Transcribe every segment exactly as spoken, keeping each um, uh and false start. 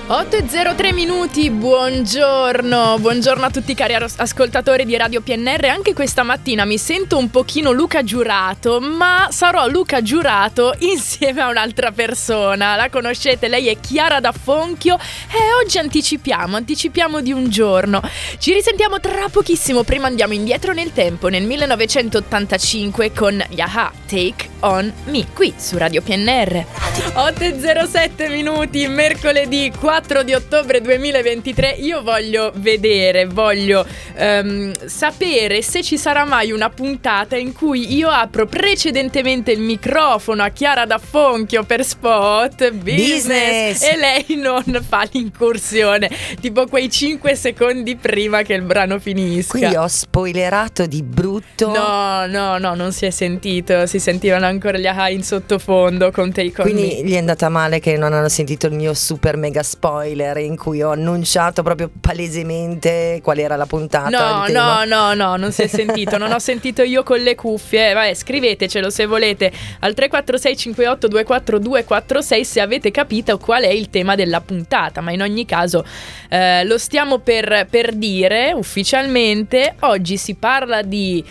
otto e zero tre minuti, buongiorno, buongiorno a tutti cari ascoltatori di Radio P N R. Anche questa mattina mi sento un pochino Luca Giurato, ma sarò Luca Giurato insieme a un'altra persona. La conoscete, lei è Chiara D'Affonchio e oggi anticipiamo, anticipiamo di un giorno. Ci risentiamo tra pochissimo, prima andiamo indietro nel tempo, nel millenovecentottantacinque con gli A-ha, Take On Me, qui su Radio P N R. otto e zero sette minuti, mercoledì quattro di ottobre duemilaventitré. Io voglio vedere, voglio um, sapere se ci sarà mai una puntata in cui io apro precedentemente il microfono a Chiara D'Affonchio per spot business, business e lei non fa l'incursione, tipo quei cinque secondi prima che il brano finisca. Quindi ho spoilerato di brutto. No, no, no, non si è sentito, si sentivano ancora gli A-ha in sottofondo con Take On Me. Quindi gli è andata male che non hanno sentito il mio super mega spoiler in cui ho annunciato proprio palesemente qual era la puntata. No, no, no, no, non si è sentito, non ho sentito io con le cuffie. Vabbè, scrivetecelo se volete al tre quattro sei cinque otto due quattro due quattro sei se avete capito qual è il tema della puntata, ma in ogni caso eh, lo stiamo per, per dire ufficialmente. Oggi si parla di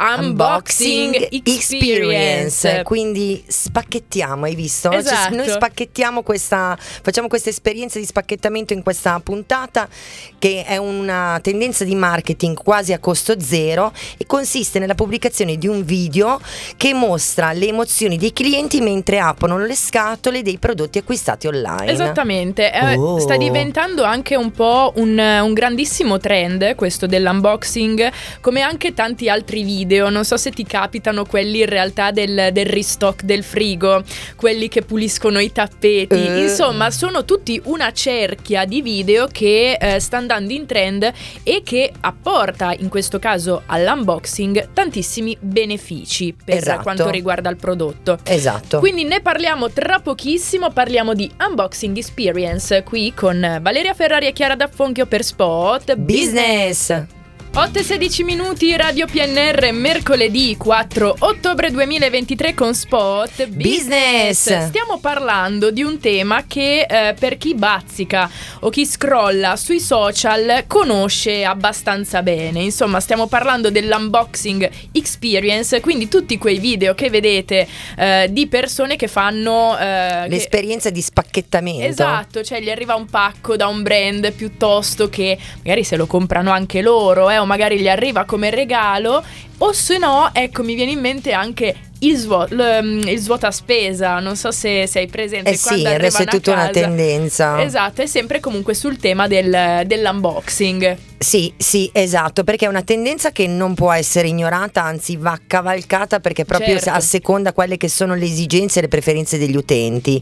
Unboxing experience. experience. Quindi spacchettiamo, hai visto? Esatto. Cioè, noi spacchettiamo questa, facciamo questa esperienza di spacchettamento in questa puntata, che è una tendenza di marketing quasi a costo zero e consiste nella pubblicazione di un video che mostra le emozioni dei clienti mentre aprono le scatole dei prodotti acquistati online. Esattamente. Oh. eh, sta diventando anche un po' un, un grandissimo trend questo dell'unboxing, come anche tanti altri video. Non so se ti capitano quelli in realtà del, del restock del frigo, quelli che puliscono i tappeti. uh. Insomma, sono tutti una cerchia di video che eh, sta andando in trend e che apporta in questo caso all'unboxing tantissimi benefici per esatto. quanto riguarda il prodotto. Esatto. Quindi ne parliamo tra pochissimo, parliamo di Unboxing Experience qui con Valeria Ferrari e Chiara D'Affonchio per Spot Business. otto e sedici minuti, Radio P N R, mercoledì quattro ottobre duemilaventitré con Spot Business. Business. Stiamo parlando di un tema che eh, per chi bazzica o chi scrolla sui social conosce abbastanza bene. Insomma, stiamo parlando dell'unboxing experience, quindi tutti quei video che vedete eh, di persone che fanno eh, l'esperienza che... di spacchettamento. Esatto, cioè gli arriva un pacco da un brand piuttosto che magari se lo comprano anche loro, eh, o magari gli arriva come regalo, o se no, ecco, mi viene in mente anche il, svuo- l- il svuota spesa. Non so se sei presente. Eh sì, adesso è tutta una tendenza. Esatto, è sempre comunque sul tema del, dell'unboxing. Sì, sì, esatto, perché è una tendenza che non può essere ignorata, anzi va cavalcata, perché proprio certo. a seconda quelle che sono le esigenze e le preferenze degli utenti.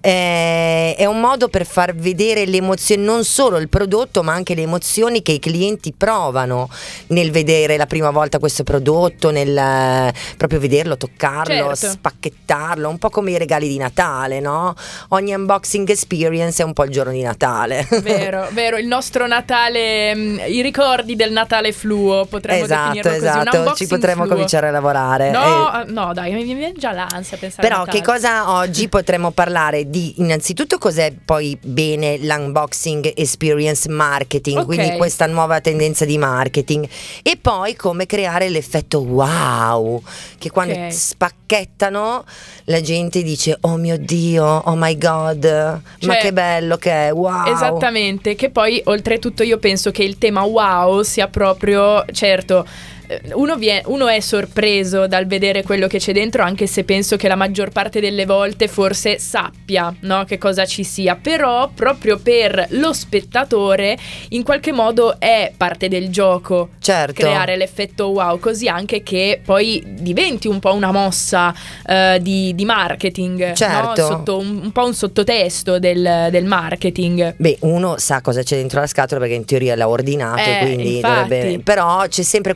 Eh, è un modo per far vedere le emozioni, non solo il prodotto, ma anche le emozioni che i clienti provano nel vedere la prima volta questo prodotto, nel eh, proprio vederlo, toccarlo, certo. spacchettarlo, un po' come i regali di Natale, no? Ogni unboxing experience è un po' il giorno di Natale. Vero, vero, il nostro Natale, i ricordi del Natale fluo, potremmo esatto, definirlo così. Esatto, un esatto, unboxing ci potremmo fluo. cominciare a lavorare. No, eh. no, dai, mi viene già l'ansia a pensare. Però a Natale. che cosa oggi potremmo parlare di, innanzitutto cos'è poi bene l'unboxing experience marketing, okay. Quindi questa nuova tendenza di marketing, e poi come creare l'effetto wow, che quando okay. spacchettano la gente dice oh mio Dio, oh my god, cioè, ma che bello che è, wow. Esattamente, che poi oltretutto io penso che il tema wow sia proprio, certo, Uno, viene, uno è sorpreso dal vedere quello che c'è dentro, anche se penso che la maggior parte delle volte forse sappia, no, che cosa ci sia, però proprio per lo spettatore in qualche modo è parte del gioco, certo. creare l'effetto wow, così anche che poi diventi un po' una mossa uh, di, di marketing, certo. no? Sotto un, un po' un sottotesto del, del marketing. Beh, uno sa cosa c'è dentro la scatola perché in teoria l'ha ordinato, eh, quindi infatti. dovrebbe, però c'è sempre quell'effetto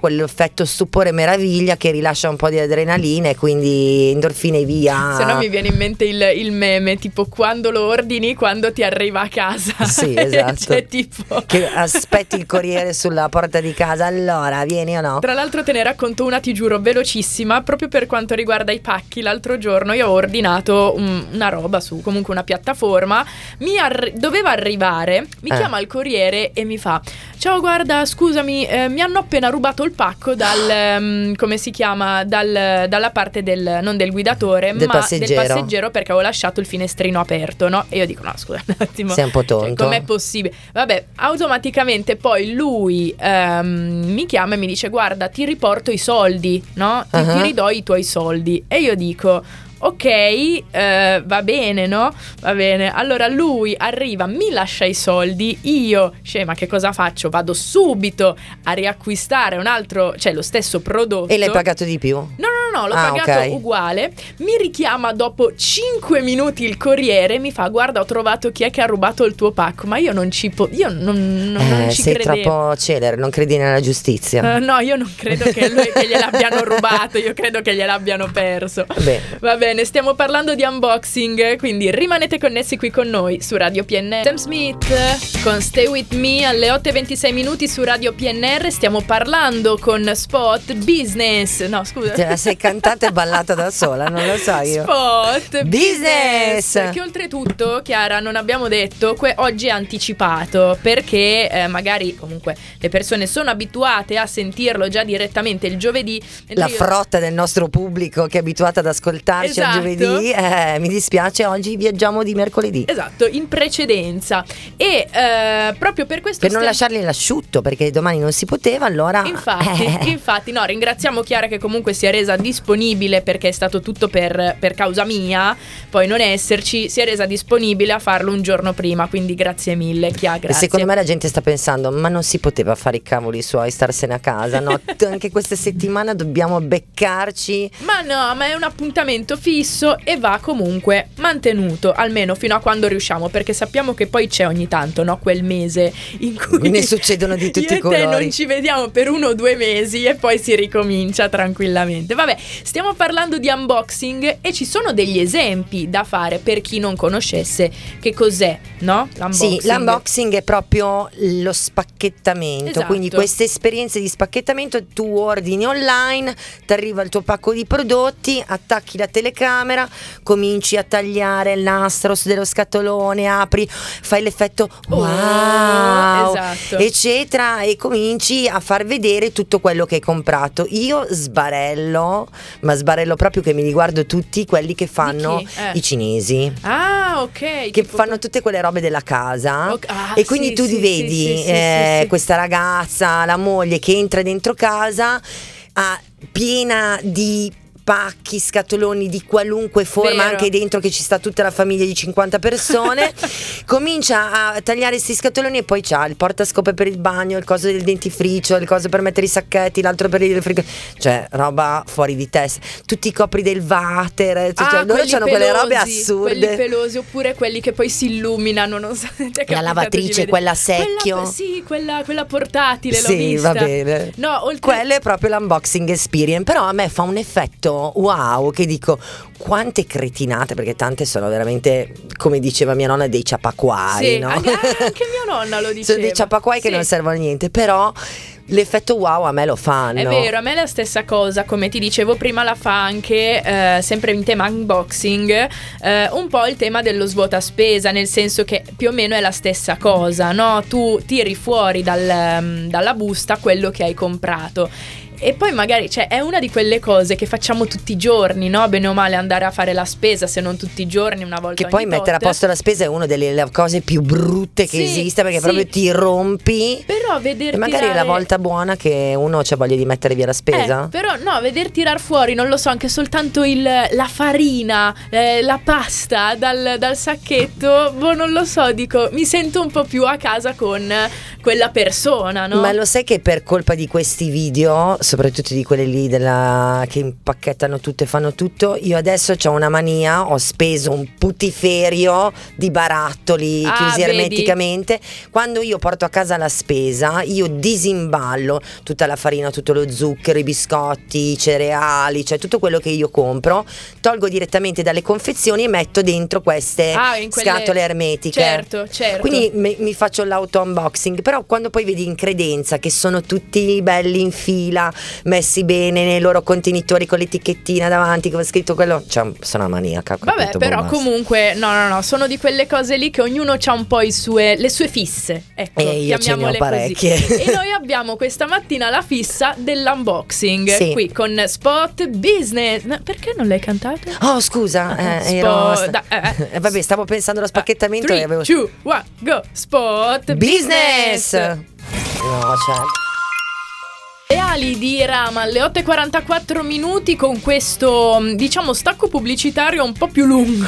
effetto stupore meraviglia che rilascia un po' di adrenalina e quindi endorfine via. Se no mi viene in mente il, il meme tipo quando lo ordini, quando ti arriva a casa. Sì, esatto. Cioè, tipo... che aspetti il corriere sulla porta di casa, allora vieni o no? Tra l'altro te ne racconto una, ti giuro, velocissima, proprio per quanto riguarda i pacchi. L'altro giorno io ho ordinato un, una roba su comunque una piattaforma, mi arri- doveva arrivare, mi Eh. chiama il corriere e mi fa: ciao, guarda, scusami, eh, mi hanno appena rubato il pacco dal ehm, come si chiama, dal, dalla parte del, non del guidatore, Del ma passeggero. del passeggero, perché avevo lasciato il finestrino aperto, no? E io dico: no, scusa un attimo, Sei un po' cioè, tonto. com'è possibile? Vabbè, automaticamente poi lui ehm, mi chiama e mi dice: guarda, ti riporto i soldi, no? Ti, Uh-huh. ti ridò i tuoi soldi. E io dico: ok, eh, va bene, no? Va bene. Allora lui arriva, mi lascia i soldi, io, scema, che cosa faccio? Vado subito a riacquistare un altro, cioè lo stesso prodotto. E l'hai pagato di più? No, no, no, l'ho Ah, pagato ok. uguale. Mi richiama dopo cinque minuti il corriere, mi fa: guarda, ho trovato chi è che ha rubato il tuo pacco. Ma io non ci po- io non, non, non Eh, ci sei credevo. troppo celere, non credi nella giustizia. Eh, no, io non credo che, lui, che gliel'abbiano rubato, io credo che gliel'abbiano perso. Vabbè. Va bene, stiamo parlando di unboxing, quindi rimanete connessi qui con noi su Radio P N R. Sam Smith con Stay With Me alle otto e ventisei minuti su Radio P N R. Stiamo parlando con Spot Business. No, scusa. Te la sei cantata e ballata da sola, non lo so io. Spot Business. Che oltretutto, Chiara, non abbiamo detto, que- oggi è anticipato perché eh, magari comunque le persone sono abituate a sentirlo già direttamente il giovedì. La Io- frotta del nostro pubblico che è abituata ad ascoltarci Esatto. al giovedì, eh, mi dispiace, oggi viaggiamo di mercoledì. Esatto, in precedenza. E eh, proprio per questo Per non stiamo- lasciarli l'asciutto, perché domani non si poteva, allora... Infatti, eh. infatti, no, ringraziamo Chiara che comunque si è resa disponibile, perché è stato tutto per, per causa mia, poi non esserci, si è resa disponibile a farlo un giorno prima, quindi grazie mille, Chiara, E grazie. secondo me la gente sta pensando, ma non si poteva fare i cavoli suoi, starsene a casa, no? T- Anche questa settimana dobbiamo beccarci. Ma no, ma è un appuntamento fisso e va comunque mantenuto, almeno fino a quando riusciamo, perché sappiamo che poi c'è ogni tanto, no? Quel mese in cui Ne succedono di tutti io i e te colori. non ci vediamo per uno o due mesi e poi si ricomincia tranquillamente. Vabbè, stiamo parlando di unboxing e ci sono degli esempi da fare per chi non conoscesse che cos'è, no? L'unboxing. Sì, l'unboxing è proprio lo spacchettamento, Esatto. quindi queste esperienze di spacchettamento, tu ordini online, ti arriva il tuo pacco di prodotti, attacchi la telecamera, cominci a tagliare il nastro dello scatolone, apri, fai l'effetto Oh, wow, esatto. eccetera, e cominci a far vedere tutto quello che hai comprato. Io sbarello, ma sbarello proprio che mi riguardo tutti quelli che fanno chi? Eh. i cinesi. Ah, ok. Che tipo- fanno tutte quelle robe della casa. Ok, ah, e quindi sì, tu sì, ti vedi sì, sì, sì, eh, sì, sì. questa ragazza, la moglie che entra dentro casa ah, piena di pacchi, scatoloni di qualunque forma, Vero. anche dentro che ci sta tutta la famiglia di cinquanta persone. Comincia a tagliare questi scatoloni e poi c'ha il portascope per il bagno, il coso del dentifricio, il coso per mettere i sacchetti, l'altro per il frigo, cioè roba fuori di testa, tutti i copri del water, cioè, Ah, loro quelli hanno quelle robe pelosi, assurde. quelli pelosi, oppure quelli che poi si illuminano, non so, ti è capitato di lavatrice, vedere? quella a secchio. Quella, sì, quella, quella portatile, l'ho Sì, vista. va bene. No, oltre Quello è proprio l'unboxing experience. Però a me fa un effetto wow, che dico quante cretinate, perché tante sono veramente, come diceva mia nonna, dei ciapaquai, sì, no? anche, anche mia nonna lo diceva. Sono dei ciapaquai che Sì. non servono a niente, però l'effetto wow a me lo fanno. È vero, a me è la stessa cosa, come ti dicevo prima la fa anche, eh, sempre in tema unboxing, eh, un po' il tema dello svuota spesa, nel senso che più o meno è la stessa cosa, no? Tu tiri fuori dal, mm, dalla busta quello che hai comprato. E poi magari, cioè, è una di quelle cose che facciamo tutti i giorni, no? Bene o male andare a fare la spesa, se non tutti i giorni, una volta Che ogni poi mettere a tot. posto la spesa è una delle le cose più brutte che Sì, esista, perché sì. proprio ti rompi. Però veder E magari è la tirare- volta buona che uno c'ha voglia di mettere via la spesa. Eh, però no, veder tirar fuori, non lo so, anche soltanto il, la farina, eh, la pasta dal, dal sacchetto, boh, non lo so, dico, mi sento un po' più a casa con quella persona, no? Ma lo sai che per colpa di questi video, soprattutto di quelli lì della, che impacchettano tutto e fanno tutto, io adesso ho una mania, ho speso un putiferio di barattoli Ah, chiusi vedi? ermeticamente. Quando io porto a casa la spesa, io sballo tutta la farina, tutto lo zucchero, i biscotti, i cereali, cioè tutto quello che io compro, tolgo direttamente dalle confezioni e metto dentro queste ah, in quelle... scatole ermetiche. Certo, certo. Quindi mi, mi faccio l'auto unboxing, però quando poi vedi in credenza che sono tutti belli in fila, messi bene nei loro contenitori con l'etichettina davanti che ho scritto quello, cioè sono una maniaca. Vabbè, però comunque no no no, sono di quelle cose lì che ognuno ha un po' i sue, le sue fisse, ecco, e io ce ne ho parecchie così. E noi abbiamo questa mattina la fissa dell'unboxing, sì, qui con Spot Business. No, perché non l'hai cantato? Oh scusa, eh, Spot, ero sta... da, eh, eh, vabbè, stavo pensando allo spacchettamento. three, e avevo... two, one, go. Spot Business, Business. No, cioè Le ali di Rama alle otto e quarantaquattro minuti con questo, diciamo, stacco pubblicitario un po' più lungo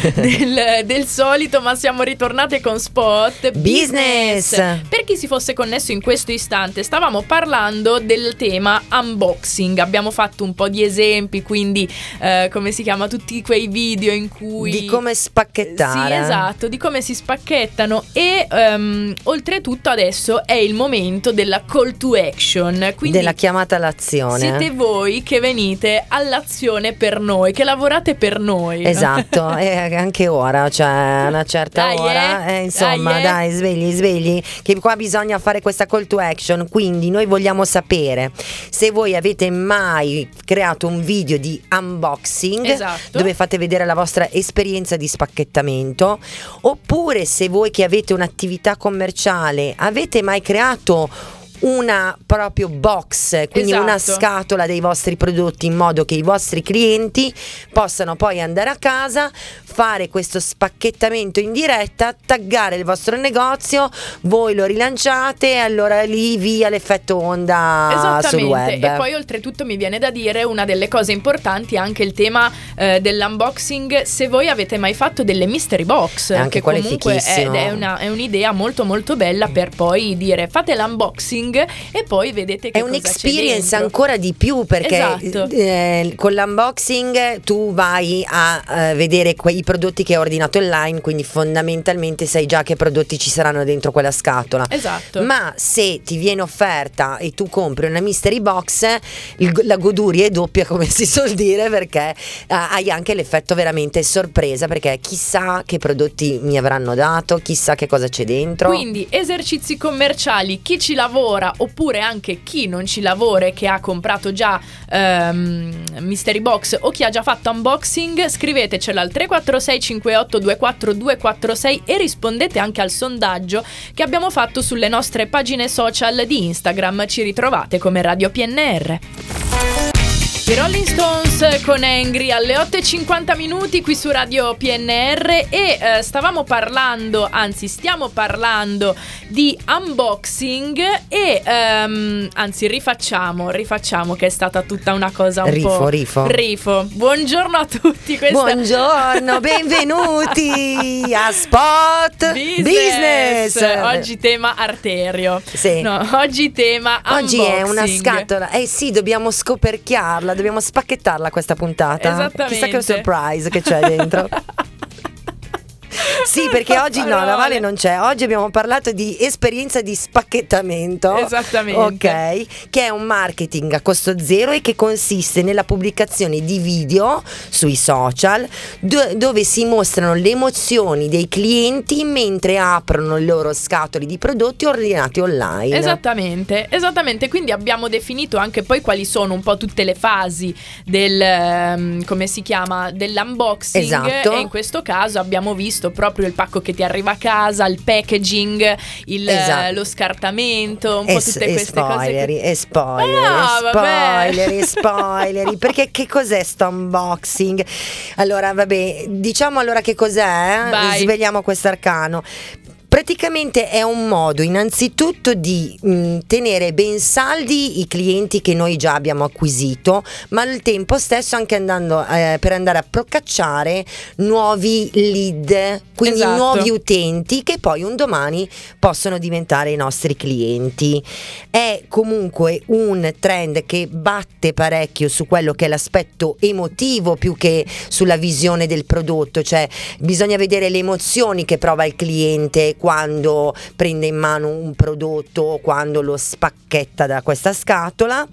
del, del solito, ma siamo ritornate con Spot Business. Per chi si fosse connesso in questo istante, stavamo parlando del tema unboxing. Abbiamo fatto un po' di esempi, quindi eh, come si chiama, tutti quei video in cui di come spacchettare. Sì, esatto, di come si spacchettano. E um, oltretutto adesso è il momento della call to action, quindi della chiamata all'azione. Siete voi che venite all'azione per noi, che lavorate per noi. Esatto, e anche ora, cioè a una certa dai, ora, eh, eh, insomma, dai, eh. dai, svegli, svegli, che qua bisogna fare questa call to action. Quindi noi vogliamo sapere se voi avete mai creato un video di unboxing, esatto, dove fate vedere la vostra esperienza di spacchettamento, oppure se voi che avete un'attività commerciale avete mai creato una proprio box, quindi esatto, una scatola dei vostri prodotti, in modo che i vostri clienti possano poi andare a casa, fare questo spacchettamento in diretta, taggare il vostro negozio, voi lo rilanciate e allora lì via l'effetto onda sul web. E poi oltretutto mi viene da dire, una delle cose importanti è anche il tema eh, dell'unboxing. Se voi avete mai fatto delle mystery box, anche che comunque è, è, una, è un'idea molto molto bella per poi dire fate l'unboxing e poi vedete che è cosa un'experience c'è dentro. Ancora di più, perché esatto, eh, con l'unboxing tu vai a eh, vedere quei prodotti che hai ordinato online, quindi fondamentalmente sai già che prodotti ci saranno dentro quella scatola. Esatto. Ma se ti viene offerta e tu compri una mystery box, il, la goduria è doppia, come si suol dire, perché eh, hai anche l'effetto veramente sorpresa, perché chissà che prodotti mi avranno dato, chissà che cosa c'è dentro. Quindi esercizi commerciali, chi ci lavora oppure anche chi non ci lavora e che ha comprato già um, mystery box o chi ha già fatto unboxing, scrivetecela al tre quattro sei cinque otto due quattro due quattro sei e rispondete anche al sondaggio che abbiamo fatto sulle nostre pagine social di Instagram. Ci ritrovate come Radio P N R. I Rolling Stones con Angry alle otto e cinquanta minuti qui su Radio P N R e eh, stavamo parlando, anzi stiamo parlando di unboxing e um, anzi rifacciamo, rifacciamo che è stata tutta una cosa un rifo, po' rifo. rifo. Buongiorno a tutti. Questa... Buongiorno, benvenuti a Spot Business. Business. Oggi tema arterio. Sì. No, oggi tema Oggi unboxing. è una scatola. Eh sì, dobbiamo scoperchiarla, dobbiamo spacchettarla questa puntata. Esattamente. Chissà che surprise che c'è dentro. Sì, perché oggi no, la Vale non c'è. Oggi abbiamo parlato di esperienza di spacchettamento. Esattamente. Ok, che è un marketing a costo zero e che consiste nella pubblicazione di video sui social do- dove si mostrano le emozioni dei clienti mentre aprono le loro scatole di prodotti ordinati online. Esattamente, esattamente. Quindi abbiamo definito anche poi quali sono un po' tutte le fasi del um, come si chiama, dell'unboxing. Esatto. E in questo caso abbiamo visto proprio il pacco che ti arriva a casa, il packaging, il, esatto. lo scartamento, un po' e, tutte e queste spoileri, cose. E spoileri, ah, e spoileri, e spoileri. Perché che cos'è sto unboxing? Allora, vabbè, diciamo allora che cos'è? Vai. Sveliamo quest'arcano. Praticamente è un modo innanzitutto di mh, tenere ben saldi i clienti che noi già abbiamo acquisito, ma al tempo stesso anche andando eh, per andare a procacciare nuovi lead, quindi esatto. nuovi utenti che poi un domani possono diventare i nostri clienti. È comunque un trend che batte parecchio su quello che è l'aspetto emotivo più che sulla visione del prodotto, cioè bisogna vedere le emozioni che prova il cliente quando prende in mano un prodotto, quando lo spacchetta da questa scatola,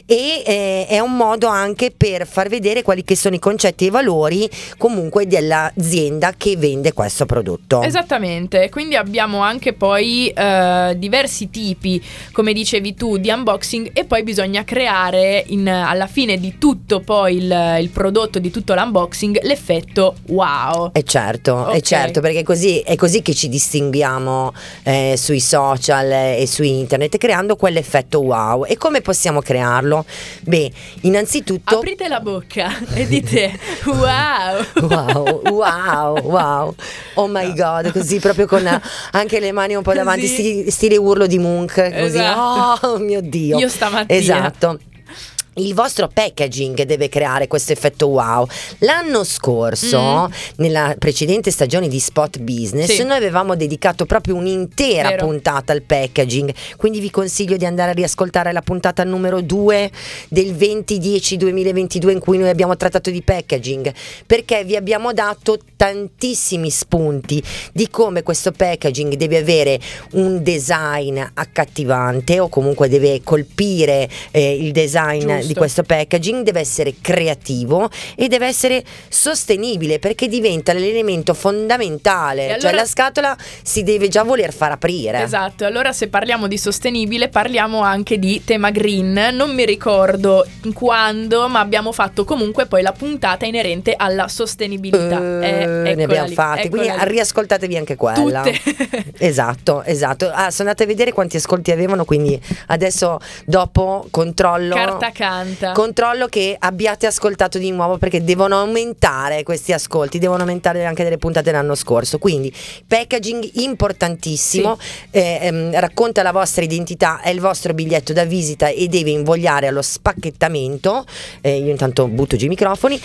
e eh, è un modo anche per far vedere quali che sono i concetti e i valori comunque dell'azienda che vende questo prodotto. Esattamente, quindi abbiamo anche poi eh, diversi tipi, come dicevi tu, di unboxing, e poi bisogna creare in, alla fine di tutto poi il, il prodotto, di tutto l'unboxing, l'effetto wow. E certo, Ok. è certo, perché così è così che ci distinguiamo eh, sui social e su internet, creando quell'effetto wow. E come possiamo crearlo? Beh, innanzitutto Aprite la bocca e dite wow. wow, wow, wow, oh my god, così proprio con eh, anche le mani un po' davanti, Così. stile, stile urlo di Munch, così, Esatto. oh mio Dio. Io stamattina. Esatto. Il vostro packaging deve creare questo effetto wow. L'anno scorso, Mm. nella precedente stagione di Spot Business, Sì. noi avevamo dedicato proprio un'intera Vero. puntata al packaging. Quindi vi consiglio di andare a riascoltare la puntata numero due del venti dieci duemilaventidue, in cui noi abbiamo trattato di packaging, perché vi abbiamo dato tantissimi spunti di come questo packaging deve avere un design accattivante, o comunque deve colpire eh, il design Giusto. di questo packaging, deve essere creativo e deve essere sostenibile, perché diventa l'elemento fondamentale. E Cioè allora- la scatola si deve già voler far aprire. Esatto, allora se parliamo di sostenibile parliamo anche di tema green. Non mi ricordo quando, ma abbiamo fatto comunque poi la puntata inerente alla sostenibilità. Eh, Eh, ne eccola abbiamo lì, fatti, eccola quindi lì. riascoltatevi anche quella. Tutte. Esatto, esatto. Ah, sono andate a vedere quanti ascolti avevano, quindi adesso dopo controllo Carta canta. Controllo che abbiate ascoltato di nuovo, perché devono aumentare questi ascolti, devono aumentare anche delle puntate dell'anno scorso. Quindi packaging importantissimo, eh, ehm, racconta la vostra identità, è il vostro biglietto da visita e deve invogliare allo spacchettamento. Eh, io intanto butto giù i microfoni,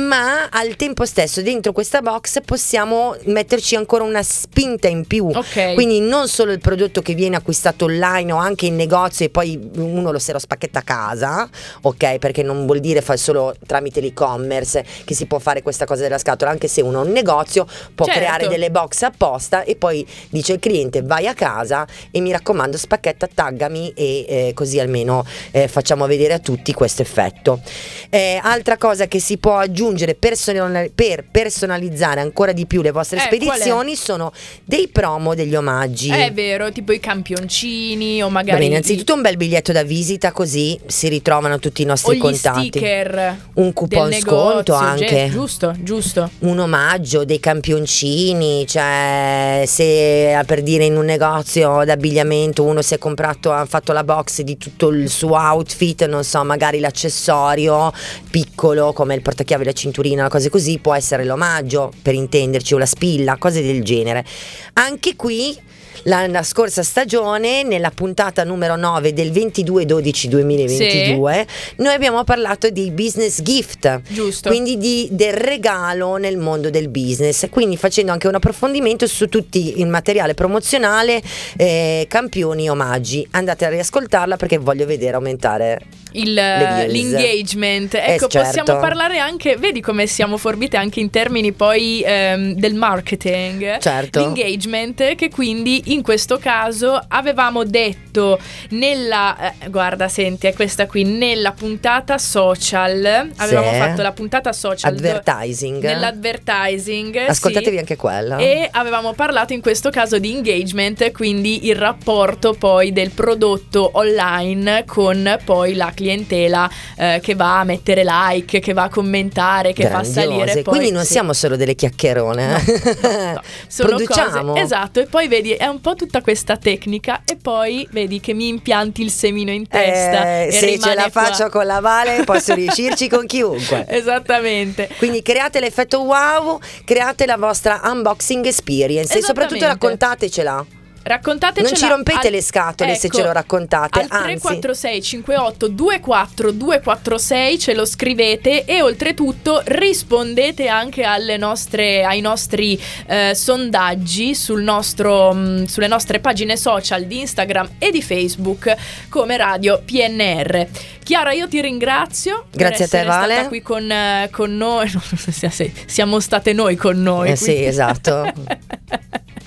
ma al tempo stesso dentro questa box possiamo metterci ancora una spinta in più. Ok. Quindi non solo il prodotto che viene acquistato online o anche in negozio e poi uno lo se lo spacchetta a casa, ok, perché non vuol dire fare solo tramite l'e-commerce che si può fare questa cosa della scatola, anche se uno ha un negozio può Certo. creare delle box apposta e poi dice al cliente vai a casa e mi raccomando spacchetta, taggami, e eh, così almeno eh, facciamo vedere a tutti questo effetto. Eh, altra cosa che si può aggiungere personal- per personalizzare ancora di più le vostre Eh, qual è? spedizioni sono dei promo, degli omaggi. È vero, tipo i campioncini o Va magari bene, innanzitutto un bel biglietto da visita, così si ritrovano tutti i o nostri gli contatti. sticker Un coupon del sconto negozio, anche. ge- giusto, giusto. Un omaggio, dei campioncini, cioè se eh, per dire in un negozio d'abbigliamento uno si è comprato, ha fatto la box di tutto il suo outfit, non so, magari l'accessorio piccolo come il portachiavi, la cinturina, cose così, può essere l'omaggio, per intenderci, o la spilla, cose del genere. Anche qui la, la scorsa stagione, nella puntata numero nove del ventidue dodici duemilaventidue, noi abbiamo parlato di business gift, Giusto. quindi di, del regalo nel mondo del business, quindi facendo anche un approfondimento su tutti il materiale promozionale, eh, campioni, omaggi. Andate a riascoltarla perché voglio vedere aumentare Il, le views. l'engagement. Eh, Ecco, certo. possiamo parlare anche, vedi come siamo forbite anche in termini poi ehm, del marketing. Certo. L'engagement, che quindi in questo caso avevamo detto nella eh, guarda, senti, è questa qui, nella puntata social. Avevamo Sì. fatto la puntata social do- advertising. nell'advertising. Ascoltatevi sì. anche quella. E avevamo parlato in questo caso di engagement, quindi il rapporto poi del prodotto online con poi la clientela eh, che va a mettere like, che va a commentare, che fa Grandiose. salire poi. Quindi non sì. siamo solo delle chiacchierone, eh? No, no, sono Produciamo. cose, esatto, e poi vedi è un po' tutta questa tecnica e poi vedi che mi impianti il semino in testa Eh, e se ce rimane la qua. faccio con la Vale posso riuscirci con chiunque. Esattamente. Quindi create l'effetto wow, create la vostra unboxing experience e soprattutto Esattamente. raccontatecela. Raccontatecela. Non ci rompete al- le scatole se ecco, ce lo raccontate, al anzi. tre quattro sei cinquantotto ventiquattro duecentoquarantasei ce lo scrivete e oltretutto rispondete anche alle nostre, ai nostri eh, sondaggi sul nostro, mh, sulle nostre pagine social di Instagram e di Facebook come Radio P N R. Chiara, io ti ringrazio. Grazie per a te, essere Vale. stata qui con, eh, con noi. Siamo state noi con noi. Eh sì, quindi- esatto.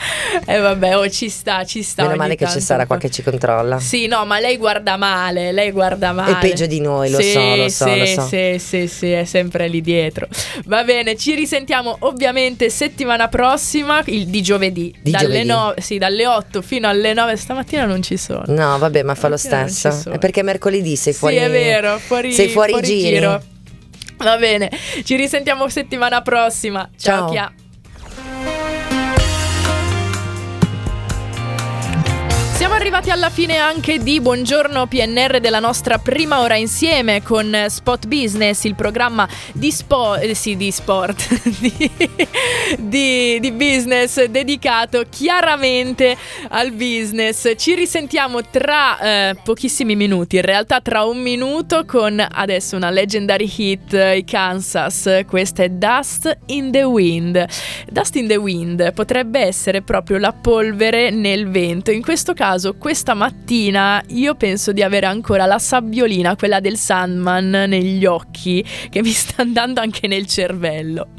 E eh vabbè, oh, ci sta, ci sta. Meno male che tanto. c'è Sara qua che ci controlla. Sì, no, ma lei guarda male, lei guarda male. È peggio di noi, lo sì, so, lo so, sì, lo so. Sì, sì, sì, è sempre lì dietro. Va bene, ci risentiamo ovviamente settimana prossima, il di giovedì, di dalle giovedì. nove, sì, dalle otto fino alle nove. Stamattina non ci sono. No, vabbè, ma fa lo Stamattina stesso. È perché mercoledì sei fuori. Sì, è vero, fuori, sei fuori, fuori giri. giro. Va bene, ci risentiamo settimana prossima. Ciao, Ciao. Chia. Siamo arrivati alla fine anche di Buongiorno P N R, della nostra prima ora insieme con Spot Business, il programma di sport, eh, sì, di sport, di, di, di business dedicato chiaramente al business. Ci risentiamo tra eh, pochissimi minuti, in realtà tra un minuto, con adesso una legendary hit, i Kansas. Questa è Dust in the Wind. Dust in the Wind potrebbe essere proprio la polvere nel vento. In questo caso, questa mattina io penso di avere ancora la sabbiolina, quella del Sandman, negli occhi, che mi sta andando anche nel cervello.